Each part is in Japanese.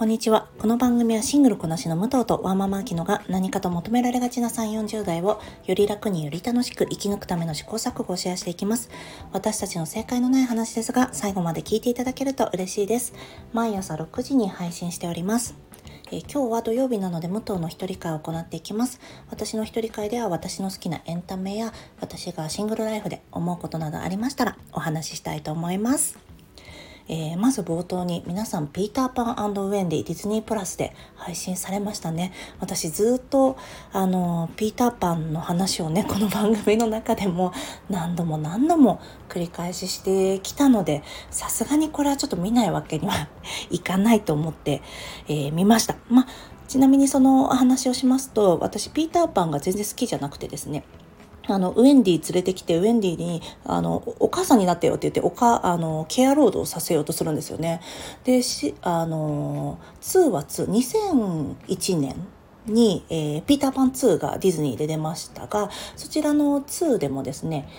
こんにちは。この番組はシングルこなしの武藤とワーママアキノが何かと求められがちな3、40代をより楽により楽しく生き抜くための試行錯誤をシェアしていきます。私たちの正解のない話ですが、最後まで聞いていただけると嬉しいです。毎朝6時に配信しております。今日は土曜日なので武藤の一人会を行っていきます。私の一人会では私の好きなエンタメや私がシングルライフで思うことなどありましたらお話ししたいと思います。まず冒頭に皆さんピーターパン&ウェンディディズニープラスで配信されましたね。私ずっとピーターパンの話をねこの番組の中でも何度も繰り返ししてきたので、さすがにこれはちょっと見ないわけにはいかないと思って、見ました。ちなみにその話をしますと、私ピーターパンが全然好きじゃなくてですね、ウェンディ連れてきてウェンディにお母さんになってよって言ってケアロードをさせようとするんですよね。で2は2001年に、ピーターパン2がディズニーで出ましたが、そちらの2でもですね、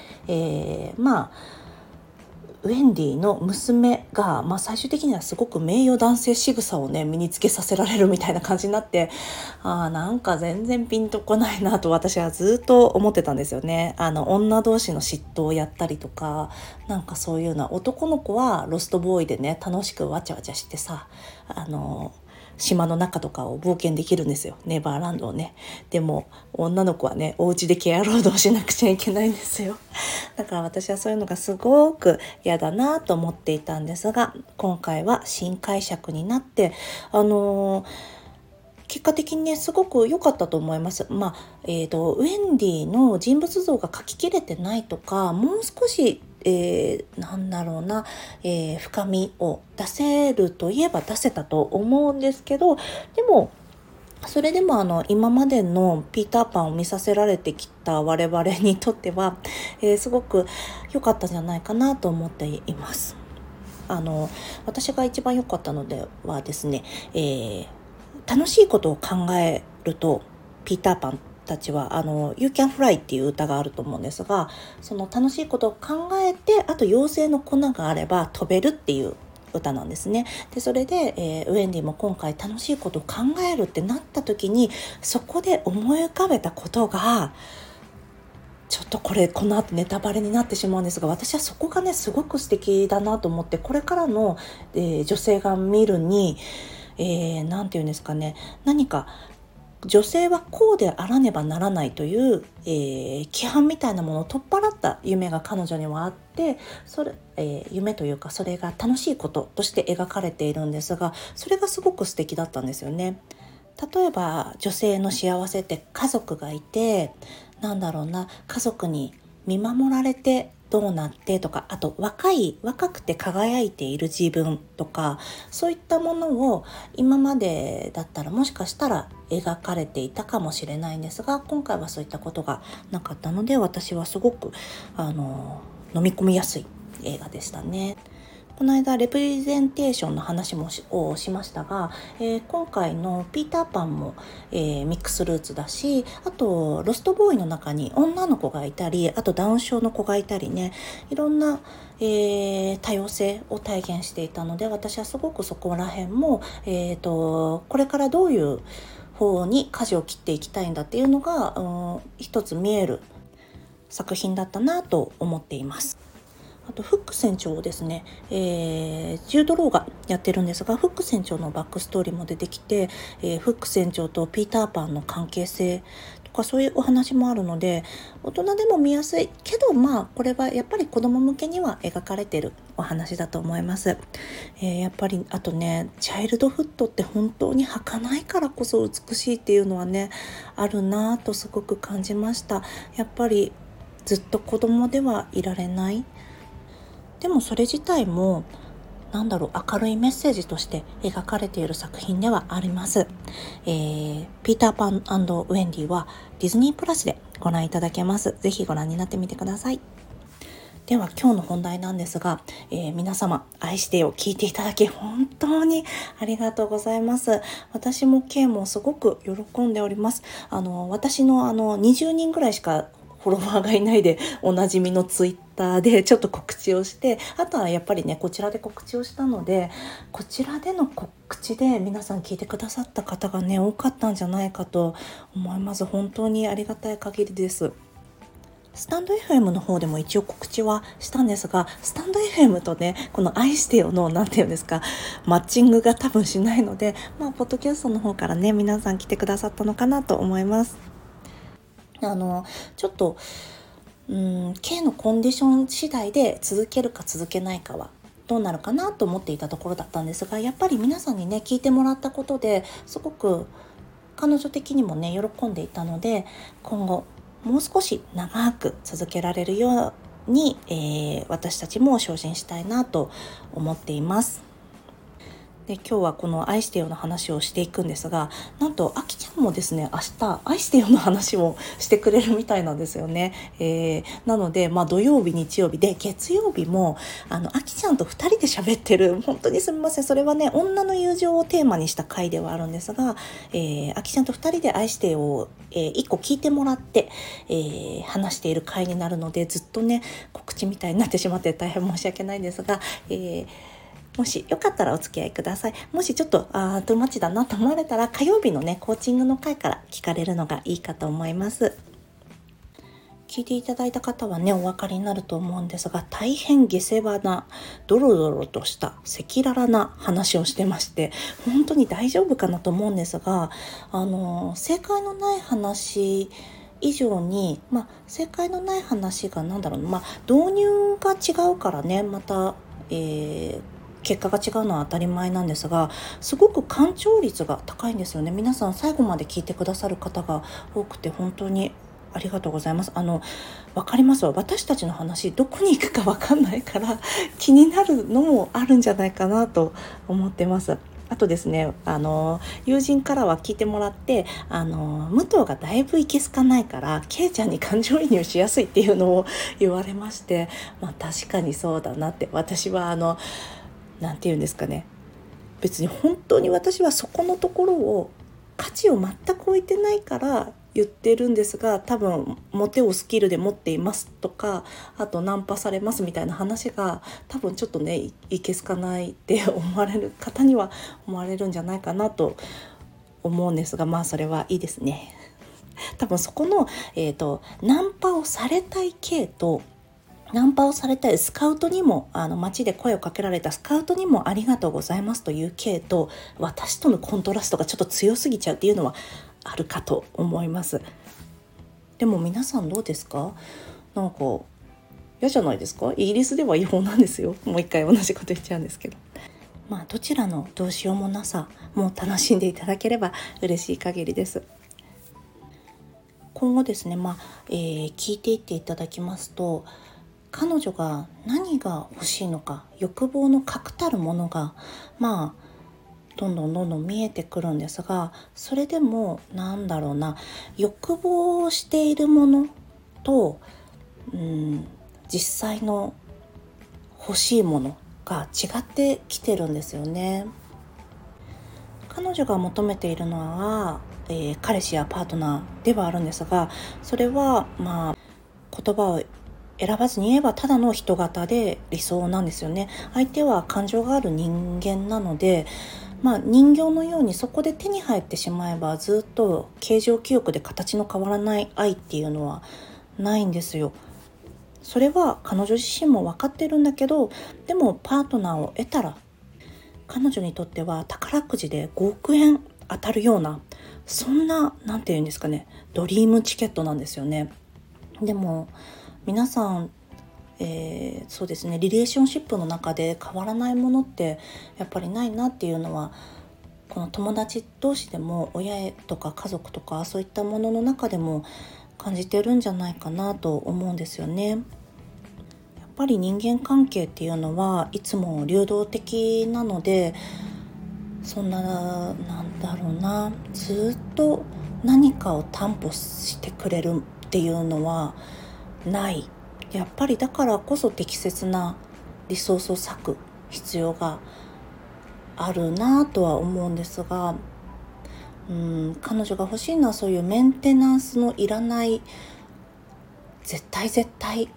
ウェンディの娘が、最終的にはすごく名誉男性仕草をね身につけさせられるみたいな感じになって、なんか全然ピンとこないなと私はずっと思ってたんですよね。女同士の嫉妬をやったりとか、なんかそういうの、男の子はロストボーイでね楽しくわちゃわちゃしてさ、島の中とかを冒険できるんですよ、ネバーランドをね。でも女の子はねお家でケアロードをしなくちゃいけないんですよ。だから私はそういうのがすごく嫌だなと思っていたんですが、今回は新解釈になって結果的にねすごく良かったと思います。ウェンディの人物像が描ききれてないとか、もう少し深みを出せるといえば出せたと思うんですけど、でもそれでも今までのピーターパンを見させられてきた我々にとっては、すごく良かったんじゃないかなと思っています。私が一番良かったのではですね、楽しいことを考えるとピーターパンたちはYou Can Fly っていう歌があると思うんですが、その楽しいことを考えて、あと妖精の粉があれば飛べるっていう歌なんですね。でそれで、ウェンディも今回楽しいことを考えるってなった時に、そこで思い浮かべたことがちょっとこの後ネタバレになってしまうんですが、私はそこがねすごく素敵だなと思って、これからの、女性が見るに、なんていうんですかね、何か女性はこうであらねばならないという、規範みたいなものを取っ払った夢が彼女にはあって、夢というかそれが楽しいこととして描かれているんですが、それがすごく素敵だったんですよね。例えば女性の幸せって家族がいて、家族に見守られてどうなってとか、あと若くて輝いている自分とか、そういったものを今までだったらもしかしたら描かれていたかもしれないんですが、今回はそういったことがなかったので、私はすごく飲み込みやすい映画でしたね。この間レプレゼンテーションの話をしましたが、今回のピーターパンも、ミックスルーツだし、あとロストボーイの中に女の子がいたり、あとダウン症の子がいたりね、いろんな、多様性を体現していたので、私はすごくそこら辺も、これからどういう方に舵を切っていきたいんだっていうのが、一つ見える作品だったなと思っています。あとフック船長をですね、ジュード・ローがやってるんですが、フック船長のバックストーリーも出てきて、フック船長とピーターパンの関係性とかそういうお話もあるので、大人でも見やすいけど、これはやっぱり子供向けには描かれてるお話だと思います。やっぱりあとね、チャイルドフットって本当に儚いからこそ美しいっていうのはねあるなとすごく感じました。やっぱりずっと子供ではいられない、でもそれ自体も明るいメッセージとして描かれている作品ではあります。ピーターパン&ウェンディはディズニープラスでご覧いただけます。ぜひご覧になってみてください。では今日の本題なんですが、皆様愛してよ聞いていただき本当にありがとうございます。私も K もすごく喜んでおります。私の20人ぐらいしかフォロワーがいないでおなじみのツイッターでちょっと告知をして、あとはやっぱりねこちらで告知をしたので、こちらでの告知で皆さん聞いてくださった方がね多かったんじゃないかと思います。本当にありがたい限りです。スタンド FM の方でも一応告知はしたんですが、スタンド FM とねこの愛してよのなんていうんですか、マッチングが多分しないので、ポッドキャストの方からね皆さん来てくださったのかなと思います。ちょっとK のコンディション次第で続けるか続けないかはどうなるかなと思っていたところだったんですが、やっぱり皆さんにね聞いてもらったことですごく彼女的にもね喜んでいたので、今後もう少し長く続けられるように、私たちも精進したいなと思っています。で、今日はこの愛してよの話をしていくんですが、なんとあきちゃんもですね明日愛してよの話をしてくれるみたいなんですよね。なので、土曜日日曜日で月曜日もあきちゃんと2人で喋ってる、本当にすみません、それはね女の友情をテーマにした回ではあるんですが、あきちゃんと2人で愛してよを、1個聞いてもらって、話している回になるので、ずっとね告知みたいになってしまって大変申し訳ないんですが、もしよかったらお付き合いください。もしちょっとトゥーマッチだなと思われたら、火曜日のねコーチングの回から聞かれるのがいいかと思います。聞いていただいた方はねお分かりになると思うんですが、大変下世話なドロドロとした赤裸々な話をしてまして、本当に大丈夫かなと思うんですが、正解のない話以上に、正解のない話が導入が違うからね、また、結果が違うのは当たり前なんですが、すごく干潮率が高いんですよね。皆さん最後まで聞いてくださる方が多くて本当にありがとうございます。わかりますわ。私たちの話どこに行くかわかんないから気になるのもあるんじゃないかなと思ってます。あとですね、友人からは聞いてもらって、武藤がだいぶいけすかないからケイちゃんに感情移入しやすいっていうのを言われまして、確かにそうだなって。私はなんていうんですかね、別に本当に私はそこのところを価値を全く置いてないから言ってるんですが、多分モテをスキルで持っていますとか、あとナンパされますみたいな話が多分ちょっとねいけすかないって思われる方には思われるんじゃないかなと思うんですが、それはいいですね。多分そこの、ナンパをされたい系とナンパをされたいスカウトにも、街で声をかけられたスカウトにもありがとうございますという系と、私とのコントラストがちょっと強すぎちゃうっていうのはあるかと思います。でも皆さんどうですか？なんか嫌じゃないですか？イギリスでは違法なんですよ。もう一回同じこと言っちゃうんですけど、どちらのどうしようもなさも楽しんでいただければ嬉しい限りです。今後ですね、聞いていっていただきますと、彼女が何が欲しいのか、欲望の確たるものがどんどん見えてくるんですが、それでも欲望しているものと、実際の欲しいものが違ってきてるんですよね。彼女が求めているのは、彼氏やパートナーではあるんですが、それは言葉を選ばずに言えばただの人型で理想なんですよね。相手は感情がある人間なので、人形のようにそこで手に入ってしまえばずっと形状記憶で形の変わらない愛っていうのはないんですよ。それは彼女自身も分かってるんだけど、でもパートナーを得たら彼女にとっては宝くじで5億円当たるような、そんななんていうんですかね、ドリームチケットなんですよね。でも皆さん、そうですね、リレーションシップの中で変わらないものってやっぱりないなっていうのは、この友達同士でも親とか家族とかそういったものの中でも感じてるんじゃないかなと思うんですよね。やっぱり人間関係っていうのはいつも流動的なので、そんなずっと何かを担保してくれるっていうのはない。やっぱりだからこそ適切なリソースを割く必要があるなとは思うんですが、彼女が欲しいのはそういうメンテナンスのいらない絶対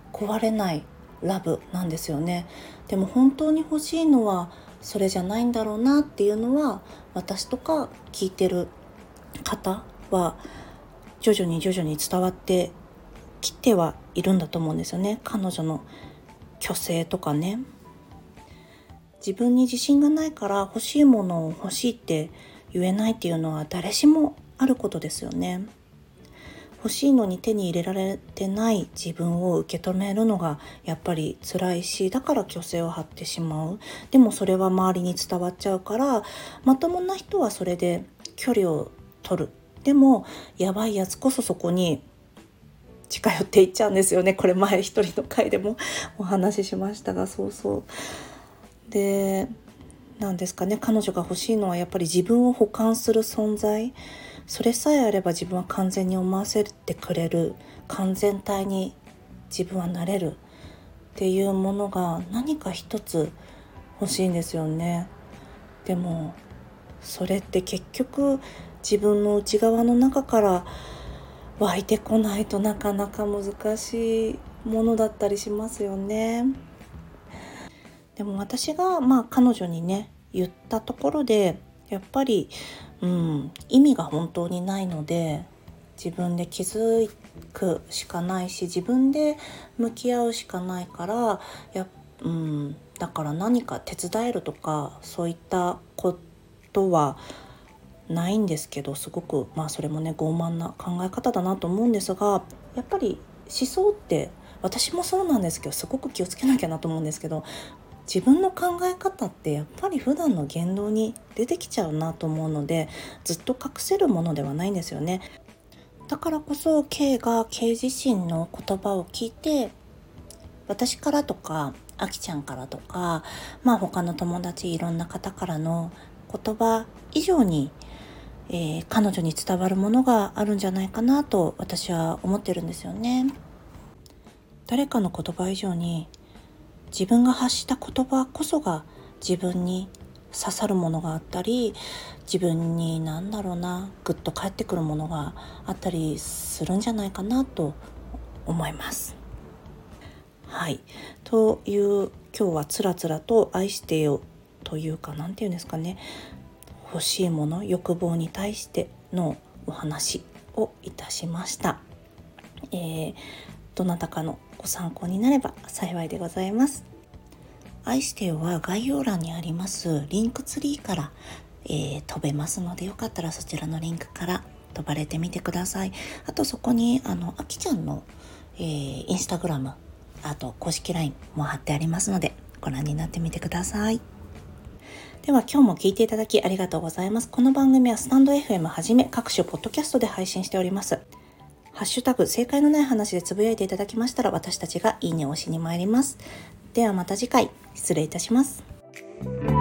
壊れないラブなんですよね。でも本当に欲しいのはそれじゃないんだろうなっていうのは、私とか聞いてる方は徐々に伝わってきてはいるんだと思うんですよね。彼女の虚勢とかね、自分に自信がないから欲しいものを欲しいって言えないっていうのは誰しもあることですよね。欲しいのに手に入れられてない自分を受け止めるのがやっぱり辛いし、だから虚勢を張ってしまう。でもそれは周りに伝わっちゃうから、まともな人はそれで距離を取る。でもやばいやつこそそこに近寄っていっちゃうんですよね。これ前一人の回でもお話ししましたが、で、なんですかね、彼女が欲しいのはやっぱり自分を補完する存在。それさえあれば自分は完全に思わせてくれる、完全体に自分はなれるっていうものが何か一つ欲しいんですよね。でもそれって結局自分の内側の中から湧いてこないとなかなか難しいものだったりしますよね。でも私が彼女にね言ったところでやっぱり、意味が本当にないので、自分で気づくしかないし、自分で向き合うしかないから、だから何か手伝えるとかそういったことはないんですけど、すごくそれもね傲慢な考え方だなと思うんですが、やっぱり思想って私もそうなんですけど、すごく気をつけなきゃなと思うんですけど、自分の考え方ってやっぱり普段の言動に出てきちゃうなと思うので、ずっと隠せるものではないんですよね。だからこそ K が K 自身の言葉を聞いて、私からとかあきちゃんからとか、他の友達いろんな方からの言葉以上に、彼女に伝わるものがあるんじゃないかなと私は思ってるんですよね。誰かの言葉以上に自分が発した言葉こそが自分に刺さるものがあったり、自分にグッと返ってくるものがあったりするんじゃないかなと思います。はい、という今日はつらつらと愛してよというか、なんていうんですかね、欲しいもの、欲望に対してのお話をいたしました。どなたかのご参考になれば幸いでございます。愛してよは概要欄にありますリンクツリーから、飛べますので、よかったらそちらのリンクから飛ばれてみてください。あとそこにあきちゃんの、インスタグラム、あと公式 LINE も貼ってありますのでご覧になってみてください。では今日も聞いていただきありがとうございます。この番組はスタンド FM はじめ各種ポッドキャストで配信しております。ハッシュタグ正解のない話でつぶやいていただきましたら、私たちがいいねを押しに参ります。ではまた次回、失礼いたします。